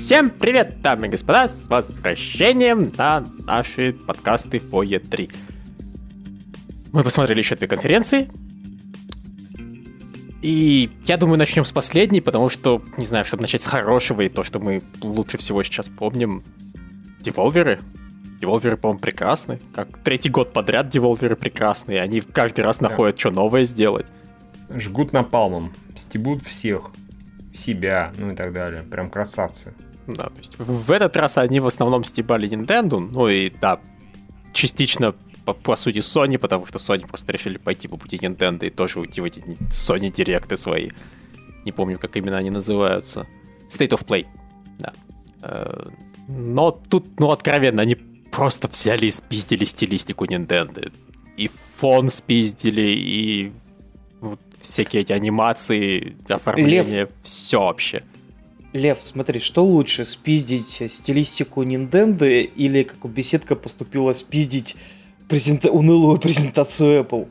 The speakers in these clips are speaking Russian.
Всем привет, дамы и господа, с возвращением на наши подкасты по E3. Мы посмотрели еще 2 конференции. И я думаю, начнем с последней, потому что, не знаю, чтобы начать с хорошего и то, что мы лучше всего сейчас помним. Деволверы. Деволверы, по-моему, прекрасны. Как 3-й год подряд деволверы прекрасные. Они каждый раз находят, что новое сделать. Жгут напалмом, стебут всех, себя, ну и так далее. Прям красавцы. Да, то есть в этот раз они в основном стебали Nintendo, ну и да, частично по сути Sony, потому что Sony просто решили пойти по пути Nintendo и тоже уйти в эти Sony Direct'ы свои. Не помню, как именно они называются. State of Play, да. Но тут, ну откровенно, они просто взяли и спиздили стилистику Nintendo. И фон спиздили, и вот всякие эти анимации, оформление, все вообще. Лев, смотри, что лучше, спиздить стилистику Nintendo или, как беседка поступила, спиздить унылую презентацию Apple?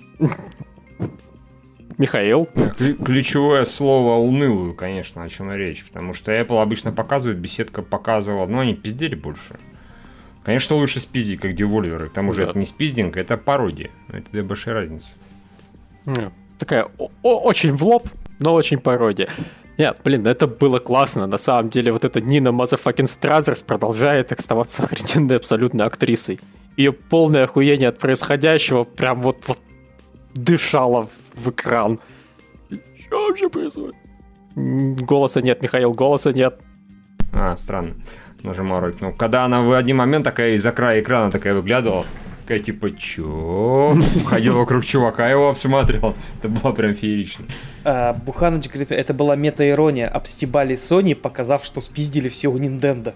Михаил? Ключевое слово унылую, конечно, о чем речь. Потому что Apple обычно показывает, беседка показывала, но они пиздели больше. Конечно, лучше спиздить, как девольверы. К тому же это не спиздинг, это пародия. Это 2 большие разницы. Такая очень в лоб, но очень пародия. Нет, блин, это было классно. На самом деле, вот эта Нина Motherfucking Стразерс продолжает оставаться охрененной абсолютно актрисой. Ее полное охуение от происходящего прям вот дышало в экран. Что вообще происходит? Голоса нет, Михаил, голоса нет. Странно. Нажимаю ролик. Ну, когда она в один момент такая из-за края экрана такая выглядывала, такая типа, чё? Ходил вокруг чувака, его обсмотрел. Это было прям феерично. Буханыч говорит, это была мета-ирония. Обстебали Sony, показав, что спиздили все у Nintendo.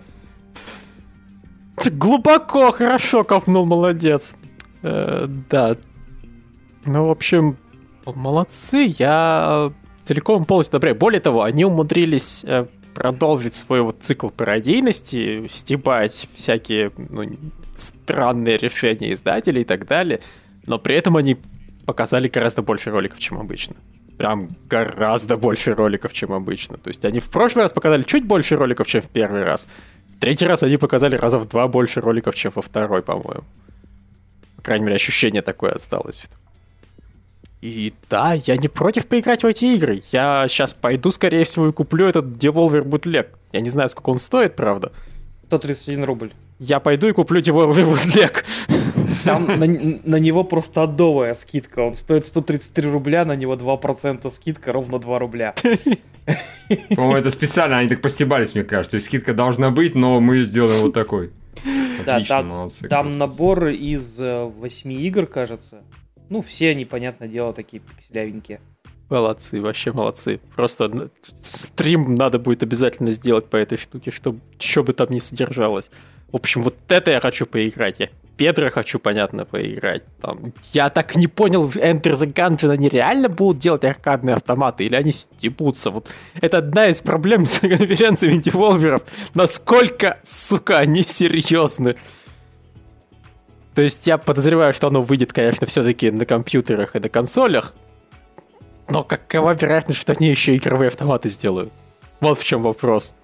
Глубоко, хорошо копнул, молодец. Да. Ну, в общем, молодцы. Я целиком полностью одобряю. Более того, они умудрились продолжить свой вот цикл пародийности, стебать всякие странные решения издателей и так далее, но при этом они показали гораздо больше роликов, чем обычно. Прям гораздо больше роликов, чем обычно. То есть они в прошлый раз показали чуть больше роликов, чем в первый раз. В 3-й раз они показали раза в 2 больше роликов, чем во 2-й, по-моему. По крайней мере, ощущение такое осталось. И да, я не против поиграть в эти игры. Я сейчас пойду, скорее всего, и куплю этот Devolver Bootleg. Я не знаю, сколько он стоит, правда. 131 рубль. Я пойду и куплю Devolver Bootleg. Там на него просто адовая скидка. Он стоит 133 рубля, на него 2% скидка, ровно 2 рубля. По-моему, это специально, они так постебались, мне кажется. То есть скидка должна быть, но мы ее сделаем вот такой. Отлично, молодцы. Там набор из 8 игр, кажется. Ну, все они, понятное дело, такие пикселявенькие. Молодцы, вообще молодцы. Просто стрим надо будет обязательно сделать по этой штуке, чтобы что бы там ни содержалось. В общем, вот это я хочу поиграть. Я Педро хочу, понятно, поиграть. Там, я так не понял, Enter the Gungeon они реально будут делать аркадные автоматы или они стебутся? Вот это одна из проблем с конференциями деволверов. Насколько, сука, они серьезны. То есть я подозреваю, что оно выйдет, конечно, все-таки на компьютерах и на консолях. Но какова вероятность, что они еще игровые автоматы сделают? Вот в чем вопрос.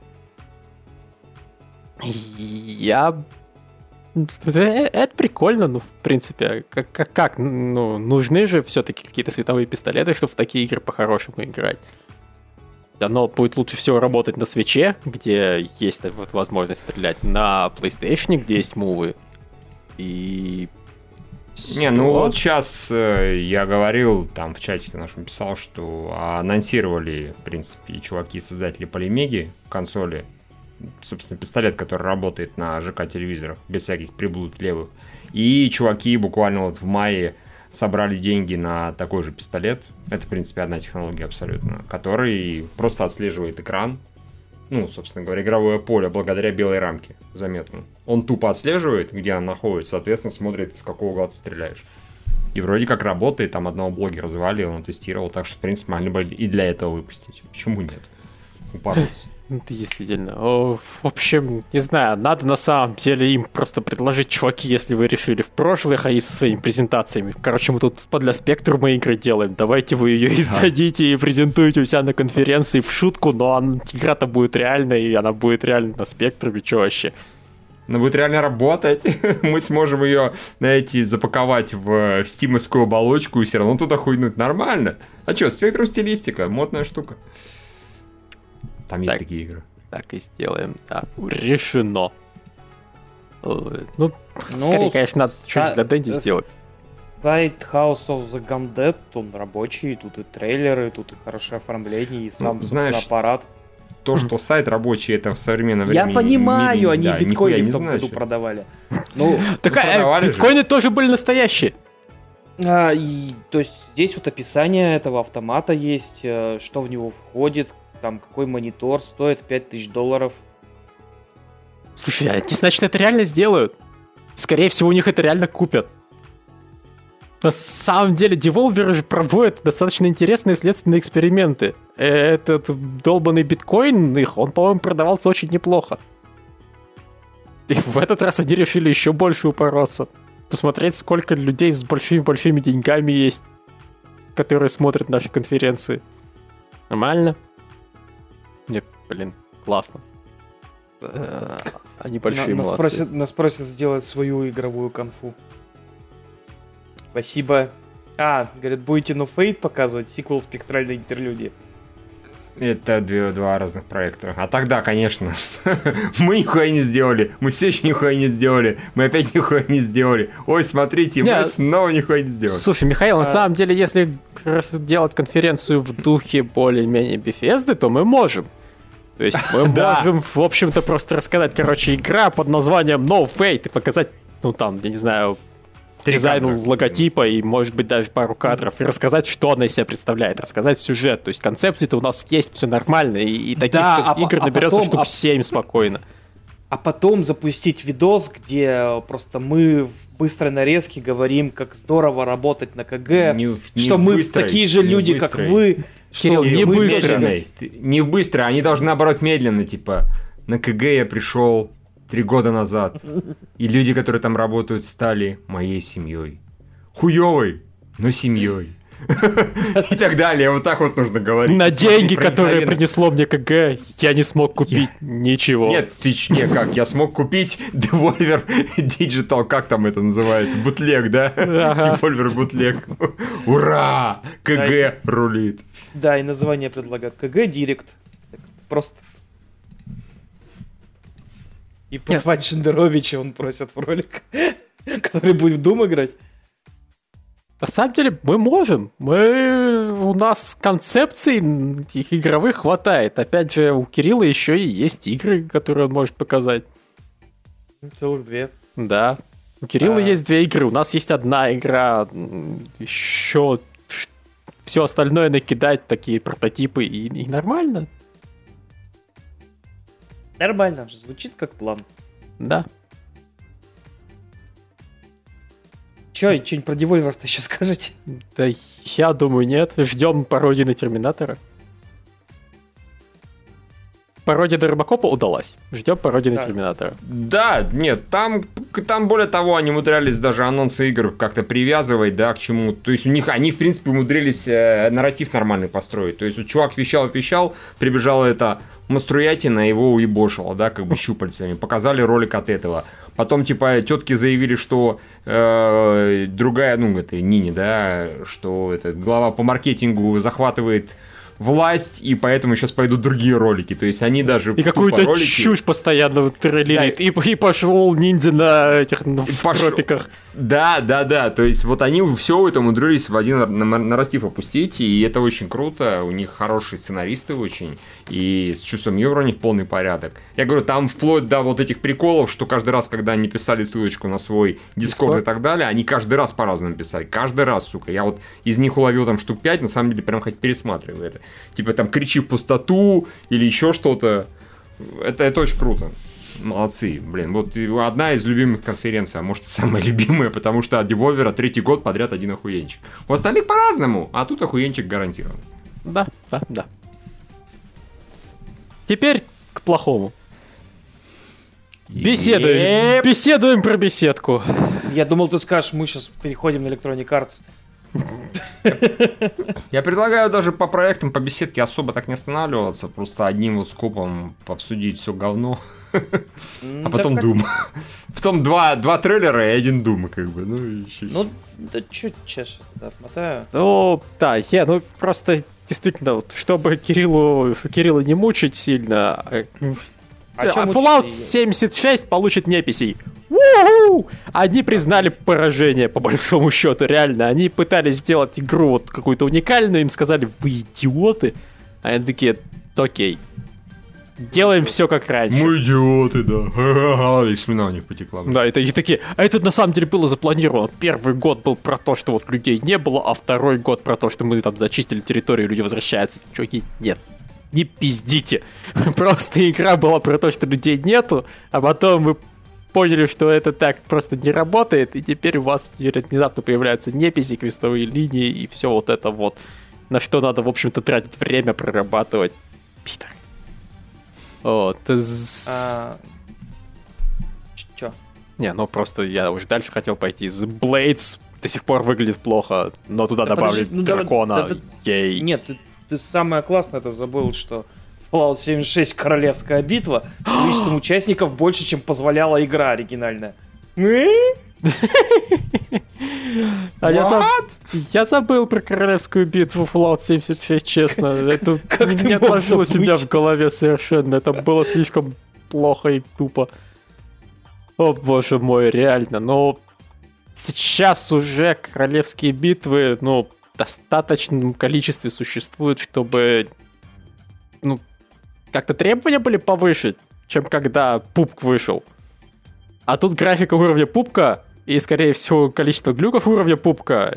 Это прикольно, ну, в принципе. Как? Ну, нужны же все-таки какие-то световые пистолеты, чтобы в такие игры по-хорошему играть. Оно будет лучше всего работать на свитче, где есть вот возможность стрелять, на PlayStation, где есть мувы. И... Не, ну вот сейчас я говорил, там в чатике нашем писал, что анонсировали, в принципе, чуваки-создатели Полимеги консоли, собственно, пистолет, который работает на ЖК-телевизорах, без всяких приблуд левых. И чуваки буквально вот в мае собрали деньги на такой же пистолет, это, в принципе, одна технология абсолютно, который просто отслеживает экран, ну, собственно говоря, игровое поле благодаря белой рамке, заметно. Он тупо отслеживает, где он находится, соответственно, смотрит, с какого угла ты стреляешь. И вроде как работает, там одного блогера звали, он тестировал, так что, в принципе, могли бы и для этого выпустить. Почему нет? Упороться. Действительно. В общем, не знаю, надо на самом деле им просто предложить, чуваки, если вы решили в прошлое ходить со своими презентациями. Короче, мы тут для Спектрума игры делаем. Давайте вы ее издадите и презентуете у себя на конференции в шутку, но игра-то будет реальная, и она будет реально на Спектруме, что вообще? Она будет реально работать. Мы сможем ее, знаете, запаковать в стимовскую оболочку и все равно туда хуйнуть. Нормально. А что, Спектрум стилистика, модная штука. Там есть такие игры. Так и сделаем, да. Решено. Скорее, конечно, надо что-нибудь для Дэнди сделать. Сайт House of the Gun-Dead, он рабочий, тут и трейлеры, тут и хорошее оформление, и сам, знаешь, аппарат. То, что сайт рабочий, это в современном времени... Я понимаю, они биткоины в том году продавали. Биткоины тоже были настоящие. То есть здесь вот описание этого автомата есть, что в него входит, там какой монитор стоит $5000. Слушай, они, значит, это реально сделают. Скорее всего, у них это реально купят. На самом деле, девелоперы же проводят достаточно интересные следственные эксперименты. Этот долбанный биткоин их, он, по-моему, продавался очень неплохо. И в этот раз они решили еще больше упороться. Посмотреть, сколько людей с большими-большими деньгами есть, которые смотрят наши конференции. Нормально? Нет, блин, классно. Они большие молодцы. Нас просят сделать свою игровую конфу. Спасибо. Говорят, будете No Fate показывать, сиквел «Спектральной интерлюдии». Это два разных проекта. А тогда, конечно, мы нихуя не сделали. Мы все еще нихуя не сделали. Мы опять нихуя не сделали. Ой, смотрите, мы снова нихуя не сделали. Слушай, Михаил, на самом деле, если делать конференцию в духе более-менее Bethesda, то мы можем. То есть мы можем, в общем-то, просто рассказать, игра под названием No Fate и показать, я не знаю, дизайн логотипа и, может быть, даже пару кадров, и рассказать, что она из себя представляет, рассказать сюжет. То есть концепции-то у нас есть, все нормально, и таких игр наберется штук 7 спокойно. А потом запустить видос, где просто мы в быстрой нарезке говорим, как здорово работать на КГ, что мы такие же люди, как вы. Кирилл, не быстрый. Не быстро, они должны, наоборот, медленно, типа, на КГ я пришел 3 года назад, и люди, которые там работают, стали моей семьей. Хуёвой, но семьей. И так далее. Вот так вот нужно говорить. На деньги, которые принесло мне КГ, я не смог купить ничего. Нет, как? Я смог купить Devolver Digital, как там это называется? Бутлег, да? Devolver бутлег. Ура! КГ рулит. Да, и название предлагают. КГ Директ. Просто. И позвать Шендеровича он просит в ролик, который будет в Doom играть. На самом деле мы можем. У нас концепций их игровых хватает. Опять же, у Кирилла еще и есть игры, которые он может показать. Целых 2. Да. У Кирилла есть 2 игры, у нас есть 1 игра. Еще все остальное накидать, такие прототипы, и нормально. Нормально же, звучит как план. Да. Что-нибудь про Devolver-то еще скажете? Да я думаю, нет. Ждем пародии на Терминатора. Пародия на Робокопа удалась. Ждем пародии на Терминатора. Да, нет, там более того, они умудрялись даже анонсы игр как-то привязывать, да, к чему. То есть у них, они, в принципе, умудрились нарратив нормальный построить. То есть вот чувак вещал, прибежала эта монструятина, его уебошила, да, как бы щупальцами. Показали ролик от этого. Потом, типа, тетки заявили, что другая, это Нини, да, что глава по маркетингу захватывает власть, и поэтому сейчас пойдут другие ролики. То есть они даже... И какую-то чушь постоянно трейлерит. Да. И пошел ниндзя на тропиках. Да. То есть вот они все это умудрились в один нарратив опустить, и это очень круто. У них хорошие сценаристы очень, и с чувством юмора у них полный порядок. Я говорю, там вплоть до вот этих приколов, что каждый раз, когда они писали ссылочку на свой Discord и так далее, они каждый раз по-разному писали. Каждый раз, сука. Я вот из них уловил там штук 5, на самом деле прям хоть пересматриваю это. Типа там кричи в пустоту или еще что-то. Это очень круто. Молодцы, блин. Вот одна из любимых конференций, а может и самая любимая, потому что от Devolver 3-й год подряд один охуенчик. У остальных по-разному, а тут охуенчик гарантирован. Да. Теперь к плохому. Беседуем про беседку. Я думал, ты скажешь, мы сейчас переходим на Electronic Arts. Я предлагаю даже по проектам, по беседке особо так не останавливаться, просто одним вот скопом обсудить все говно, а потом Doom. Потом два трейлера и один Doom, как бы, ну и еще. Ну, да чё сейчас отмотаю. Ну, да, просто действительно, вот, чтобы Кирилла не мучить сильно, Fallout 76 получит неписей. У-ху! Они признали поражение, по большому счету, реально. Они пытались сделать игру вот какую-то уникальную, им сказали, вы идиоты. А они такие, окей, делаем все как раньше. Мы идиоты, да. Ха-ха-ха. И слюна у них потекла. Да, это и такие, а это на самом деле было запланировано. Первый год был про то, что вот людей не было, а второй год про то, что мы там зачистили территорию, люди возвращаются. Чуваки, нет. Не пиздите. Просто игра была про то, что людей нету, а потом вы поняли, что это так просто не работает, и теперь у вас внезапно появляются неписи, квестовые линии и все вот это вот, на что надо, в общем-то, тратить время, прорабатывать. Питер. Вот. Чё? Не, ну просто я уже дальше хотел пойти. The Blades до сих пор выглядит плохо, но туда добавили дракона. Ей. Нет, ты самое классное это забыл, что Fallout 76 королевская битва количеством участников больше, чем позволяла игра оригинальная. Я забыл про королевскую битву Fallout 76, честно. Это не отложилось у меня в голове совершенно. Это было слишком плохо и тупо. О боже мой, реально. Но сейчас уже королевские битвы, в достаточном количестве существуют, чтобы, как-то требования были повыше, чем когда Пупк вышел. А тут графика уровня Пупка и, скорее всего, количество глюков уровня Пупка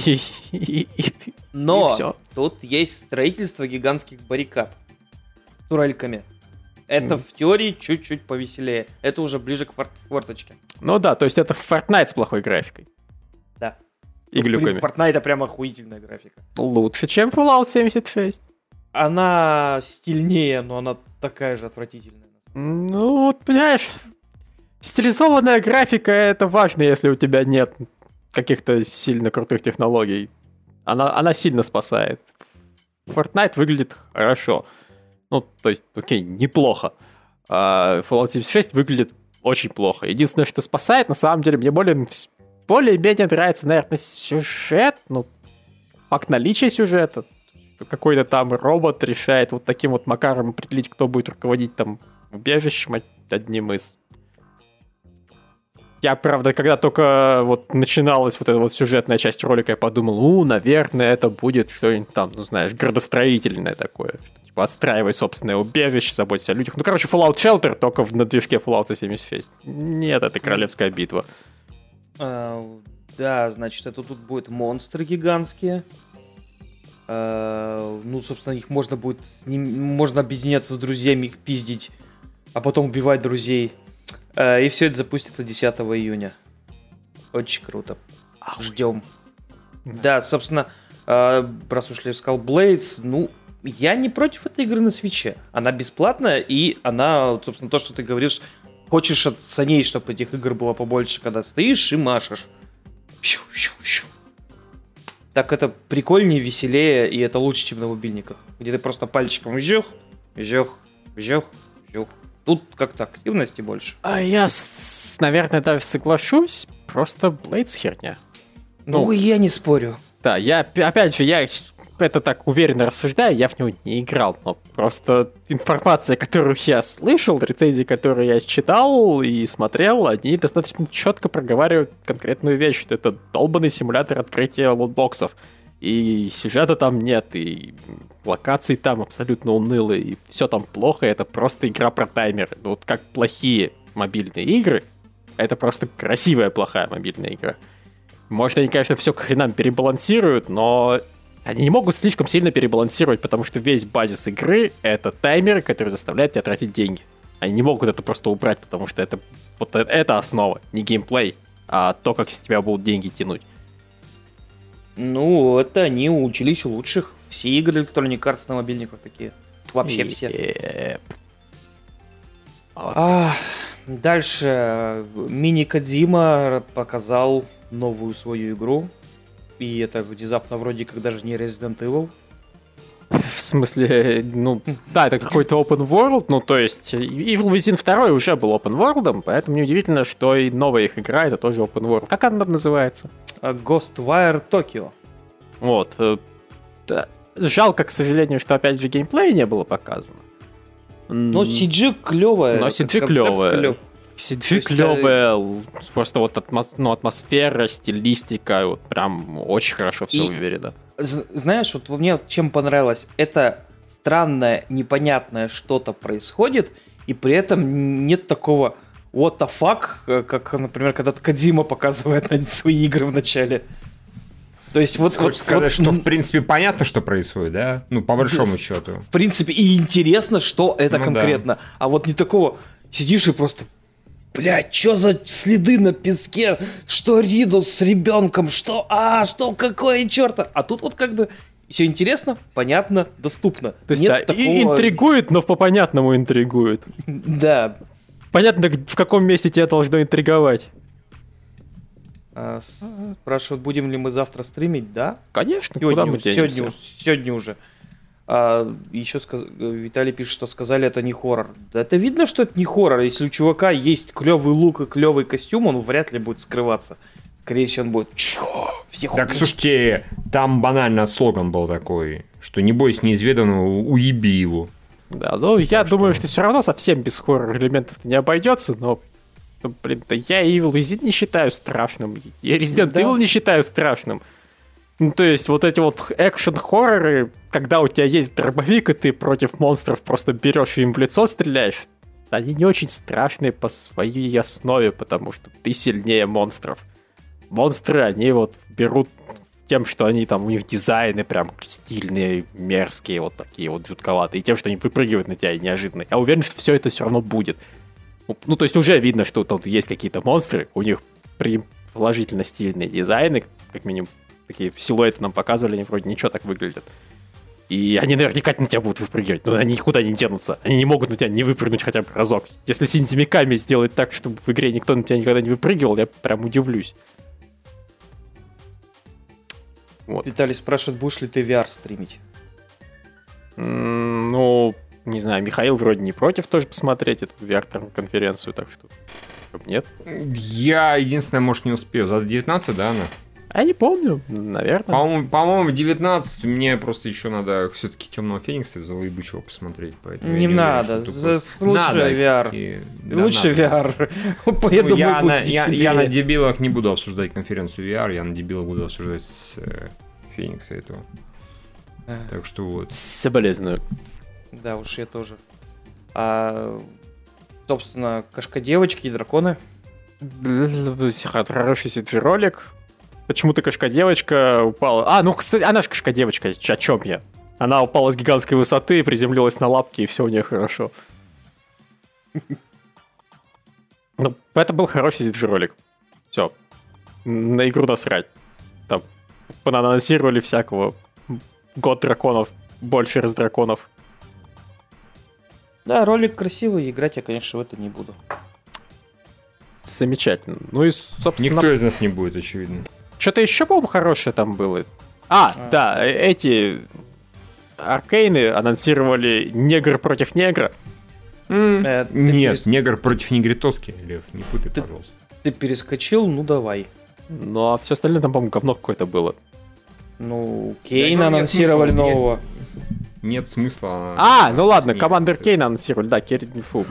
Но и всё. Тут есть строительство гигантских баррикад с турельками. Это в теории чуть-чуть повеселее. Это уже ближе к форточке. Ну да, то есть это Fortnite с плохой графикой. Да. И глюками. Fortnite прям охуительная графика. Лучше, чем Fallout 76. Она стильнее, но она такая же отвратительная. Ну, вот, понимаешь, стилизованная графика — это важно, если у тебя нет каких-то сильно крутых технологий. Она сильно спасает. Fortnite выглядит хорошо. Ну, то есть, окей, неплохо. А Fallout 76 выглядит очень плохо. Единственное, что спасает, на самом деле, мне более-менее нравится, наверное, сюжет. Факт наличия сюжета. Какой-то там робот решает вот таким вот макаром определить, кто будет руководить там убежищем одним из. Я, правда, когда только вот начиналась вот эта вот сюжетная часть ролика, я подумал, наверное, это будет что-нибудь там, градостроительное такое. Типа, отстраивай собственное убежище, заботься о людях. Fallout Shelter, только на движке Fallout 76. Нет, это королевская битва. Да, значит, это тут будут монстры гигантские. Собственно, их можно будет... Можно объединяться с друзьями, их пиздить, а потом убивать друзей. И все это запустится 10 июня. Очень круто. Ждем. Да, собственно, раз уж я сказал Blades, я не против этой игры на Свитче. Она бесплатная, и она, собственно, то, что ты говоришь, хочешь оценить, чтобы этих игр было побольше, когда стоишь и машешь. Так это прикольнее, веселее, и это лучше, чем на мобильниках, где ты просто пальчиком вжух. Тут как-то активности больше. Я, наверное, даже соглашусь, просто Blades херня. Я не спорю. Да, я это так уверенно рассуждаю, я в него не играл, но просто информация, которую я слышал, рецензии, которые я читал и смотрел, они достаточно четко проговаривают конкретную вещь, что это долбанный симулятор открытия лутбоксов. И сюжета там нет, и локации там абсолютно унылые, и все там плохо, это просто игра про таймеры. Вот как плохие мобильные игры, это просто красивая плохая мобильная игра. Может, они, конечно, все к хренам перебалансируют, но они не могут слишком сильно перебалансировать, потому что весь базис игры — это таймеры, которые заставляют тебя тратить деньги. Они не могут это просто убрать, потому что это основа, не геймплей, а то, как с тебя будут деньги тянуть. Это они учились у лучших. Все игры Electronic Arts на мобильниках такие. Вообще все. Дальше мини-Кодзима показал новую свою игру. И это внезапно вроде как даже не Resident Evil. В смысле, да, это какой-то open world, то есть Evil Within 2 уже был open world, поэтому неудивительно, что и новая их игра это тоже open world. Как она называется? Ghostwire Tokyo. Вот. Жалко, к сожалению, что опять же геймплея не было показано. Но CG клевая. CG клевая, просто вот атмосфера, стилистика, вот прям очень хорошо все уверено. Знаешь, вот мне чем понравилось, это странное, непонятное что-то происходит, и при этом нет такого what the fuck, как, например, когда Кодзима показывает свои игры в начале. То есть Хочешь сказать, что в принципе понятно, что происходит, да? По большому счету. В принципе, и интересно, что это конкретно. Да. А вот не такого, сидишь и просто... Блядь, что за следы на песке? Что Ридус с ребенком? Что? Какое черта? А тут вот как бы все интересно, понятно, доступно. То есть, нет такого... интригует, но по-понятному интригует. Да. Понятно, в каком месте тебя должно интриговать. Спрашивают, будем ли мы завтра стримить, да? Конечно, куда мы денемся? Сегодня уже. Еще Виталий пишет, что сказали, это не хоррор. Да это видно, что это не хоррор. Если у чувака есть клевый лук и клевый костюм, он вряд ли будет скрываться. Скорее всего, он будет... Так, слушайте, там банально слоган был такой, что не бойся неизведанного, уеби его. Да, я думаю, что все равно совсем без хоррор-элементов не обойдется, но... я Evil Within не считаю страшным. Я Resident Evil не считаю страшным. То есть вот эти вот экшен-хорроры, когда у тебя есть дробовик, и ты против монстров просто берешь и им в лицо стреляешь, они не очень страшные по своей основе, потому что ты сильнее монстров. Монстры, они вот берут тем, что они там, у них дизайны прям стильные, мерзкие, вот такие вот жутковатые, и тем, что они выпрыгивают на тебя неожиданно. Я уверен, что все это все равно будет. То есть уже видно, что тут есть какие-то монстры, у них положительно стильные дизайны, как минимум. Такие силуэты нам показывали, они вроде ничего так выглядят. И они наверняка на тебя будут выпрыгивать, но они никуда не денутся. Они не могут на тебя не выпрыгнуть хотя бы разок. Если Синдзи Миками сделать так, чтобы в игре никто на тебя никогда не выпрыгивал, я прям удивлюсь. Вот. Виталий спрашивает, будешь ли ты VR стримить? Не знаю, Михаил вроде не против тоже посмотреть эту VR-конференцию, так что нет. Я, единственное, может, не успею. За 19, да, она? Я не помню, наверное. По-моему, в 19 мне просто еще надо все-таки Темного Феникса за ебучего посмотреть. Поэтому не надо, лучше VR. Лучше VR. Я на дебилах не буду обсуждать конференцию VR, я на дебилах буду обсуждать с Феникса этого. Так что вот. Соболезную. Да уж, я тоже. Собственно, кошка-девочки и драконы. Хороший CG-ролик. Почему-то кошка-девочка упала. Кстати, она же кошка-девочка, о чем я? Она упала с гигантской высоты, приземлилась на лапки, и все у нее хорошо. Это был хороший CG-ролик. Все. На игру насрать. Там поанонсировали всякого. Год драконов, больше раз драконов. Да, ролик красивый, играть я, конечно, в это не буду. Замечательно. И, собственно... Никто из нас не будет, очевидно. Что-то еще, по-моему, хорошее там было. Да, эти Аркейны анонсировали негр против негра. Нет, негр против негритоски, Лев, не путай, пожалуйста. Ты перескочил, давай. А все остальное там, по-моему, говно какое-то было. Кейна анонсировали нового. Нет смысла. Ладно, Командер Кейна анонсировали, да, фу.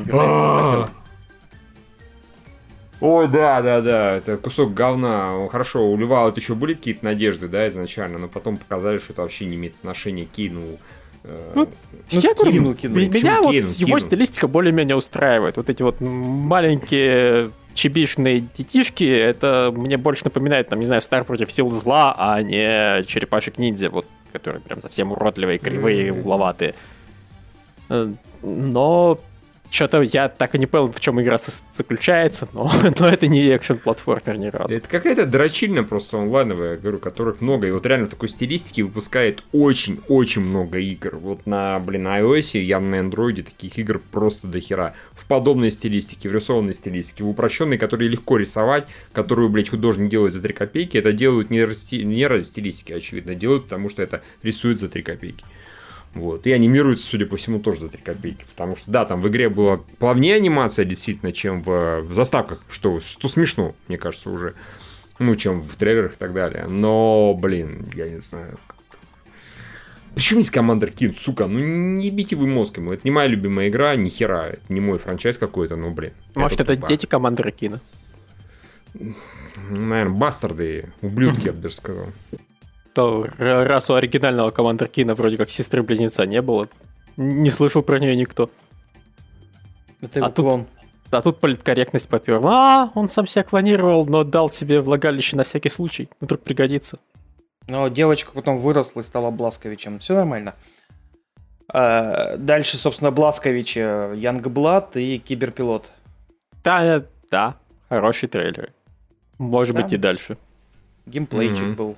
Ой, да, это кусок говна. Хорошо, у Льва вот еще были какие-то надежды, да, изначально, но потом показали, что это вообще не имеет отношения к Кейну. Я говорю, меня вот его стилистика более-менее устраивает. Вот эти вот маленькие чебишные детишки, это мне больше напоминает, там, не знаю, Стар против сил зла, а не черепашек-ниндзя, вот, которые прям совсем уродливые, кривые, угловатые. Но Что-то я так и не понял, в чем игра заключается, но это не экшен-платформер ни разу. Это какая-то дрочильня просто онлайновая, я говорю, которых много. И вот реально в такой стилистике выпускает очень-очень много игр. Вот на, iOS, явно на Android таких игр просто до хера. В подобной стилистике, в рисованной стилистике, в упрощенной, которые легко рисовать, которую, художник делает за 3 копейки. Это делают не ради стилистики, очевидно, делают, потому что это рисуют за 3 копейки. Вот. И анимируется, судя по всему, тоже за 3 копейки. Потому что, да, там в игре была плавнее анимация, действительно, чем в заставках, что смешно, мне кажется, уже. Ну, чем в трейлерах и так далее. Но, я не знаю. Почему есть Commander Keen, сука? Ну, не ебите вы мозг ему. Это не моя любимая игра, ни хера. Это не мой франчайз какой-то, но, Может, это дети Commander Keen? Наверное, бастарды, ублюдки, я бы даже сказал. То раз у оригинального Commander Keen вроде как сестры-близнеца не было, не слышал про нее никто. Это его клон. А тут политкорректность поперла. Он сам себя клонировал, но дал себе влагалище на всякий случай. Вдруг пригодится. Но девочка потом выросла и стала Бласковичем. Все нормально. Дальше, собственно, Бласкович, Янгблад и Киберпилот. Да, хороший трейлер. Может быть и дальше. Геймплейчик был.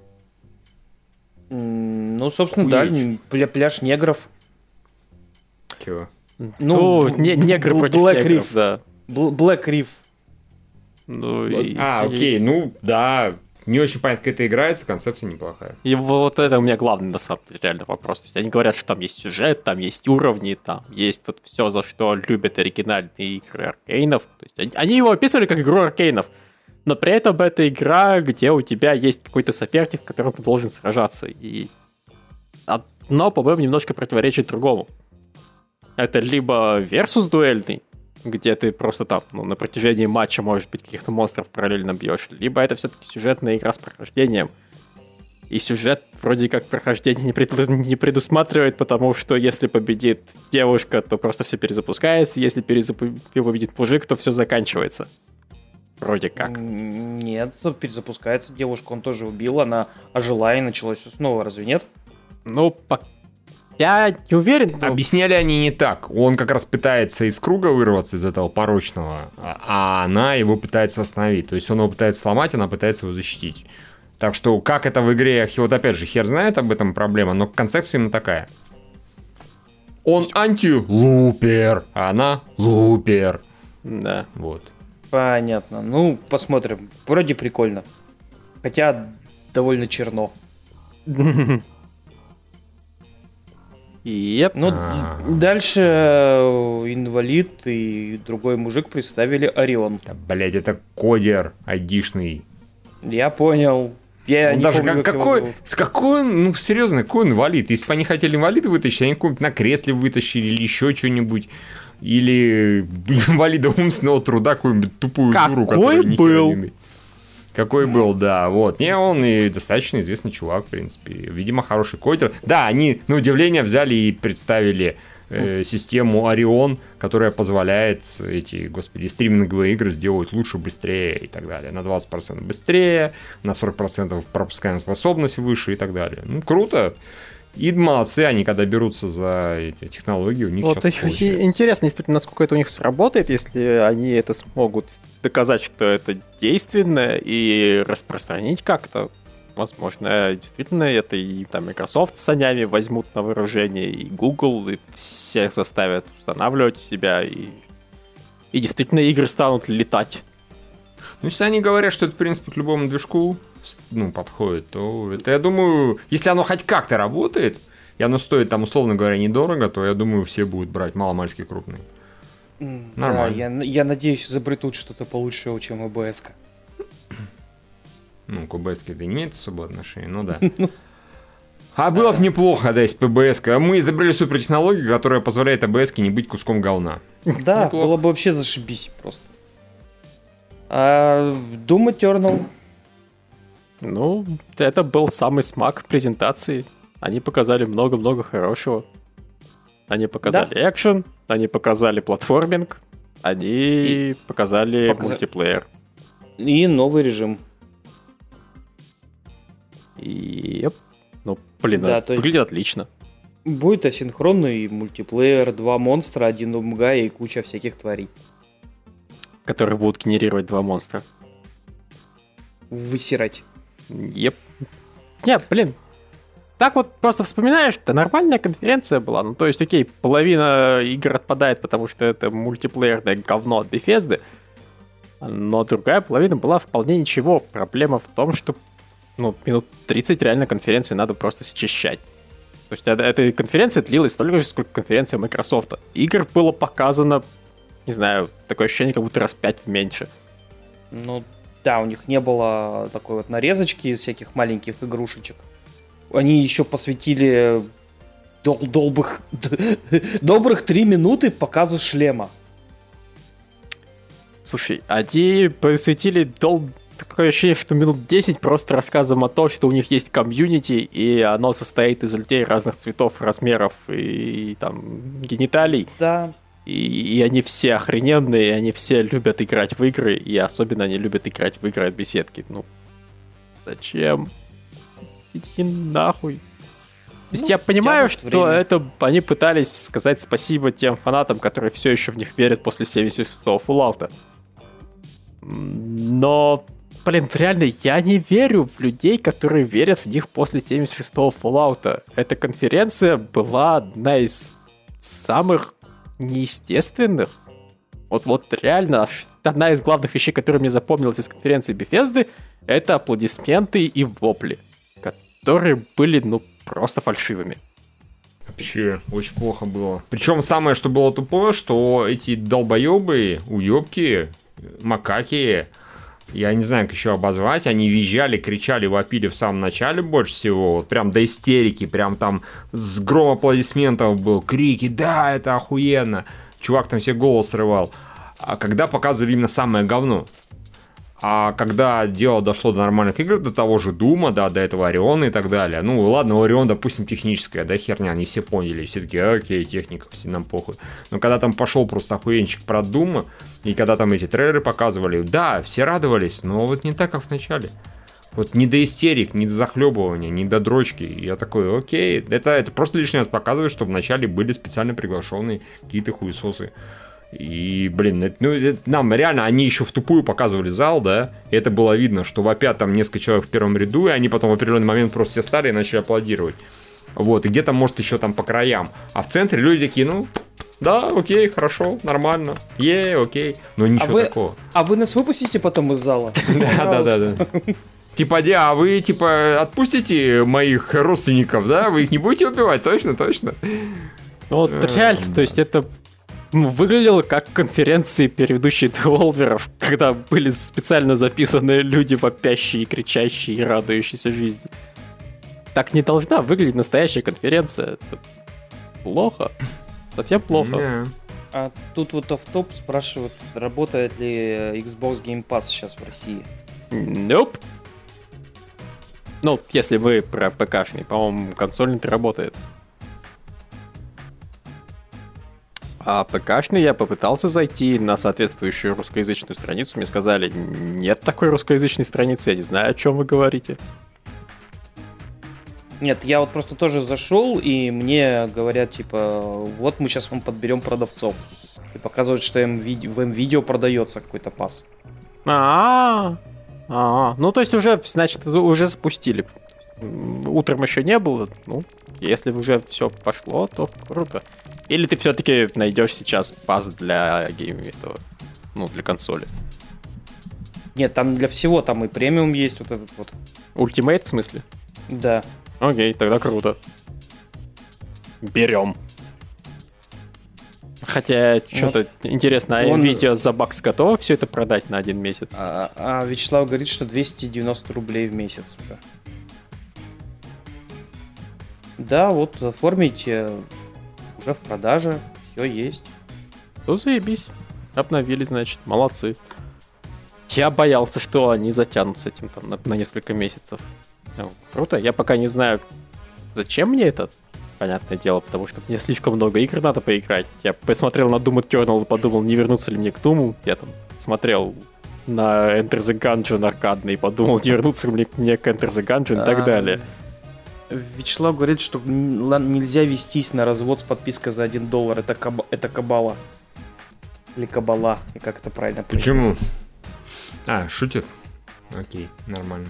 Ну, собственно, да, пляж негров. Чего? Ну, негры против негров, да. Black Reef. Окей, ну, да. Не очень понятно, как это играется, концепция неплохая. И вот это у меня главный, на самом деле, реально вопрос. То есть они говорят, что там есть сюжет, там есть уровни, там есть вот все, за что любят оригинальные игры Аркейнов. То есть они его описывали как игру Аркейнов. Но при этом это игра, где у тебя есть какой-то соперник, с которым ты должен сражаться. И одно, по-моему, немножко противоречит другому. Это либо версус дуэльный, где ты просто там на протяжении матча, может быть, каких-то монстров параллельно бьешь, либо это все-таки сюжетная игра с прохождением. И сюжет вроде как прохождение не предусматривает, потому что если победит девушка, то просто все перезапускается, если победит мужик, то все заканчивается. Вроде как. Нет, перезапускается девушка, он тоже убил, она ожила и началось все снова, разве нет? Ну, я не уверен. Но... Объясняли они не так. Он как раз пытается из круга вырваться, из этого порочного, а она его пытается восстановить. То есть он его пытается сломать, она пытается его защитить. Так что как это в игре, вот опять же, хер знает об этом проблема, но концепция именно такая. Он анти-лупер, а она лупер. Да. Вот. Понятно. Ну, посмотрим. Вроде прикольно. Хотя довольно черно. Yep. Ну, дальше инвалид и другой мужик представили Орион. Да, блять, это кодер айдишный. Я понял. Я не даже помню, какой, ну, серьезно, какой инвалид? Если бы они хотели инвалида вытащить, они какой-нибудь на кресле вытащили или еще что-нибудь. Или инвалида умственного труда, какую-нибудь тупую дуру, которая ни хера не умеет. Какой был, да, вот. Не, он и достаточно известный чувак, в принципе. Видимо, хороший кодер. Да, они, на удивление, взяли и представили систему Орион, которая позволяет стриминговые игры сделать лучше, быстрее и так далее. На 20% быстрее, на 40% пропускаемая способность выше и так далее. Ну, круто. И молодцы, они когда берутся за эти технологии, у них вот часто получается. Интересно, действительно, насколько это у них сработает, если они это смогут доказать, что это действенно, и распространить как-то. Возможно, действительно, это и там Microsoft с санями возьмут на вооружение, и Google, и всех заставят устанавливать себя, и действительно игры станут летать. Ну, если они говорят, что это, в принципе, к любому движку подходит, то это, я думаю, если оно хоть как-то работает, и оно стоит, там, условно говоря, недорого, то, я думаю, все будут брать маломальски крупные. Нормально. Да, я надеюсь, изобретут что-то получше, чем ОБС-ка. Ну, к ОБС-ке это не имеет особого отношения, ну да. А было бы неплохо, да, если ПБС-ка. Мы изобрели супертехнологию, которая позволяет ОБС-ке не быть куском говна. Да, неплохо. Было бы вообще зашибись просто. Doom Eternal. Ну, это был самый смак презентации. Они показали много-много хорошего. Они показали экшен, они показали платформинг, они показали мультиплеер. И новый режим. И, ну, блин, да, выглядит отлично. Будет асинхронный мультиплеер, 2 монстра, 1 УМГА и куча всяких тварей. Которые будут генерировать 2 монстра. Высирать. Еп. Не, блин. Так вот просто вспоминаешь, это нормальная конференция была. Ну, то есть, окей, половина игр отпадает, потому что это мультиплеерное говно от Bethesda. Но другая половина была вполне ничего. Проблема в том, что минут 30 реально конференции надо просто счищать. То есть эта конференция длилась столько же, сколько конференция Microsoft. Игр было показано, не знаю, такое ощущение, как будто раз 5 меньше. Ну да, у них не было такой вот нарезочки из всяких маленьких игрушечек. Они еще посвятили добрых 3 минуты показу шлема. Слушай, они посвятили такое ощущение, что минут 10 просто рассказом о том, что у них есть комьюнити, и оно состоит из людей разных цветов, размеров и там гениталий. Да. И они все охрененные, и они все любят играть в игры, и особенно они любят играть в игры от беседки. Ну, зачем? Иди нахуй. То есть я понимаю, что это они пытались сказать спасибо тем фанатам, которые все еще в них верят после 76-го Fallout. Но, блин, реально, я не верю в людей, которые верят в них после 76-го Fallout. Эта конференция была одна из самых неестественных. Вот реально, одна из главных вещей, которая мне запомнилась из конференции Bethesda, это аплодисменты и вопли, которые были, просто фальшивыми. Вообще, очень плохо было. Причем самое, что было тупое, что эти долбоебы, уебки, макаки, я не знаю, как еще обозвать, они визжали, кричали, вопили в самом начале больше всего, вот прям до истерики, прям там с гром аплодисментов был, крики, да, это охуенно. Чувак там себе голос срывал. А когда показывали именно самое говно. А когда дело дошло до нормальных игр, до того же Дума, да, до этого Ориона и так далее. Ну, ладно, Орион, допустим, техническая, да, херня, они все поняли. Все таки окей, техника, все нам похуй. Но когда там пошел просто охуенчик про Дума, и когда там эти трейлеры показывали, да, все радовались, но вот не так, как в начале. Вот не до истерик, не до захлебывания, не до дрочки. Я такой, окей, это просто лишний раз показывает, что вначале были специально приглашенные какие-то хуесосы. И, блин, нам реально, они еще в тупую показывали зал, да, и это было видно, что вопят там несколько человек в первом ряду, и они потом в определенный момент просто все стали и начали аплодировать. Вот, и где-то, может, еще там по краям. А в центре люди такие, да, окей, хорошо, нормально, окей, но ничего такого. А вы нас выпустите потом из зала? Да. Типа, а вы, отпустите моих родственников, да? Вы их не будете убивать, точно? Вот реально, то есть это выглядело как конференции переведущие Devolver'ов, когда были специально записаны люди вопящие, кричащие и радующиеся жизни. Так не должна выглядеть настоящая конференция. Это плохо. Совсем плохо. А тут вот офф-топ спрашивают, работает ли Xbox Game Pass сейчас в России. Nope. Если вы про ПКшный, по-моему, консольный-то работает. А ПКшный я попытался зайти на соответствующую русскоязычную страницу. Мне сказали, нет такой русскоязычной страницы, я не знаю, о чем вы говорите. Нет, я вот просто тоже зашел, и мне говорят, вот мы сейчас вам подберем продавцов. И показывают, что в М-видео продается какой-то пас. То есть уже, значит, уже запустили. Утром еще не было. Если уже все пошло, то круто. Или ты все-таки найдешь сейчас пас для этого, для консоли? Нет, там для всего, там и премиум есть вот этот вот. Ультимейт в смысле? Да. Окей, тогда круто. Берем. Хотя, что-то интересно, видео за бакс готово все это продать на 1 месяц? А Вячеслав говорит, что 290 рублей в месяц уже. Да, вот оформите, уже в продаже, все есть. Заебись. Обновили, значит, молодцы. Я боялся, что они затянут с этим там на несколько месяцев. Круто, я пока не знаю, зачем мне это. Понятное дело, потому что мне слишком много игр надо поиграть. Я посмотрел на Doom Eternal и подумал, не вернуться ли мне к Doom. Я там смотрел на Enter the Gungeon аркадный и подумал, не вернуться ли мне к Enter the Gungeon и так далее. Вячеслав говорит, что нельзя вестись на развод с подпиской за $1. Это кабала. Или кабала, и как это правильно Почему? Шутит? Окей, нормально.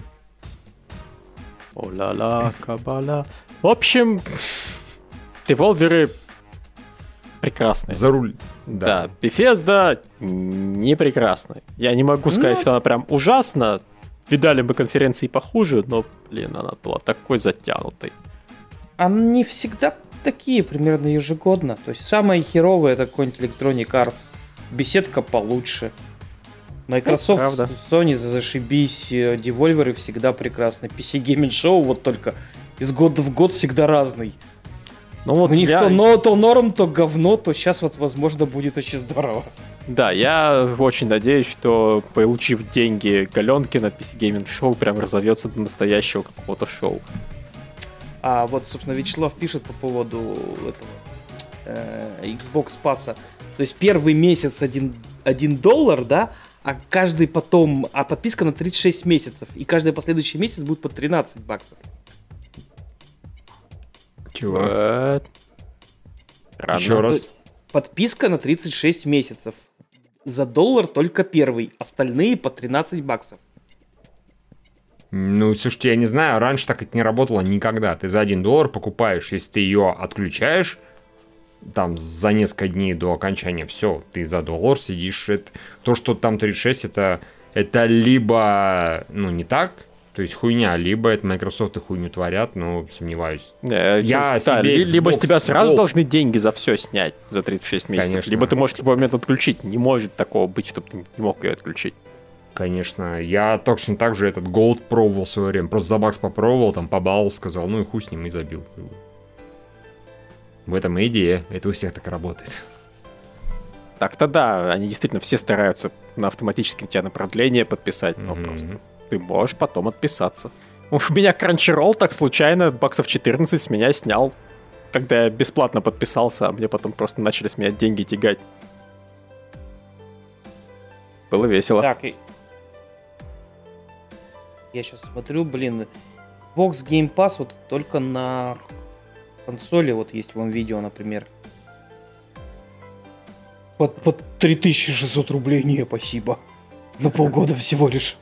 О-ла-ла, кабала. В общем, деволверы прекрасные. За руль. Да, Bethesda не прекрасная. Я не могу сказать, что она прям ужасна. Видали мы конференции похуже, но, блин, она была такой затянутой. Они всегда такие, примерно ежегодно. То есть самое херовое это какой-нибудь Electronic Arts. Беседка получше. Microsoft, Sony зашибись, девольверы всегда прекрасны. PC Gaming Show вот только из года в год всегда разный. Ну, вот у них то норм, то говно, то сейчас вот возможно будет очень здорово. Да, я очень надеюсь, что, получив деньги Галенки на PC Gaming Show, прям разовьется до настоящего какого-то шоу. А вот, собственно, Вячеслав пишет по поводу этого Xbox Pass. То есть первый месяц $1, да, а каждый потом, подписка на 36 месяцев, и каждый последующий месяц будет по $13. Чего? Еще раз. Подписка на 36 месяцев. За $1 только первый, остальные по $13. Ну, слушайте, я не знаю, раньше так это не работало никогда. Ты за $1 покупаешь, если ты ее отключаешь, там, за несколько дней до окончания, все, ты за $1 сидишь. То, что там 36, это либо, не так, то есть хуйня, либо это Microsoft и хуйню творят, но сомневаюсь. Либо с тебя сразу должны деньги за все снять за 36 месяцев, Конечно. Либо ты можешь в любой момент отключить. Не может такого быть, чтобы ты не мог ее отключить. Конечно, я точно так же этот Gold пробовал в свое время, просто за бакс попробовал, там побаловал, сказал, и хуй с ним, и забил. В этом и идея, это у всех так работает. Так-то да, они действительно все стараются на автоматическом тебя на продление подписать, но просто ты можешь потом отписаться. У меня Crunchyroll так случайно баксов 14 с меня снял, когда я бесплатно подписался, а мне потом просто начали с меня деньги тягать. Было весело. Так, я сейчас смотрю, Xbox Game Pass вот только на консоли, вот есть вон видео, например. Под 3600 рублей, не, спасибо. На полгода всего лишь.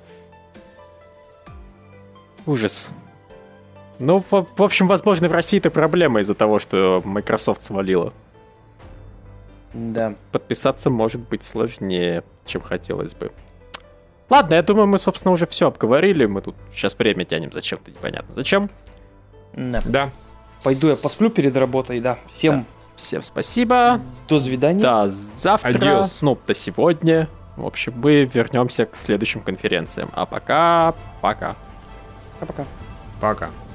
Ужас. Ну, в общем, возможно, в России это проблема из-за того, что Microsoft свалила. Да. Подписаться может быть сложнее, чем хотелось бы. Ладно, я думаю, мы, собственно, уже все обговорили. Мы тут сейчас время тянем зачем-то, непонятно зачем. Да. Пойду я посплю перед работой, да. Всем спасибо. До свидания. До завтра. Адьос. До сегодня. В общем, мы вернемся к следующим конференциям. А пока. Пока. Пока.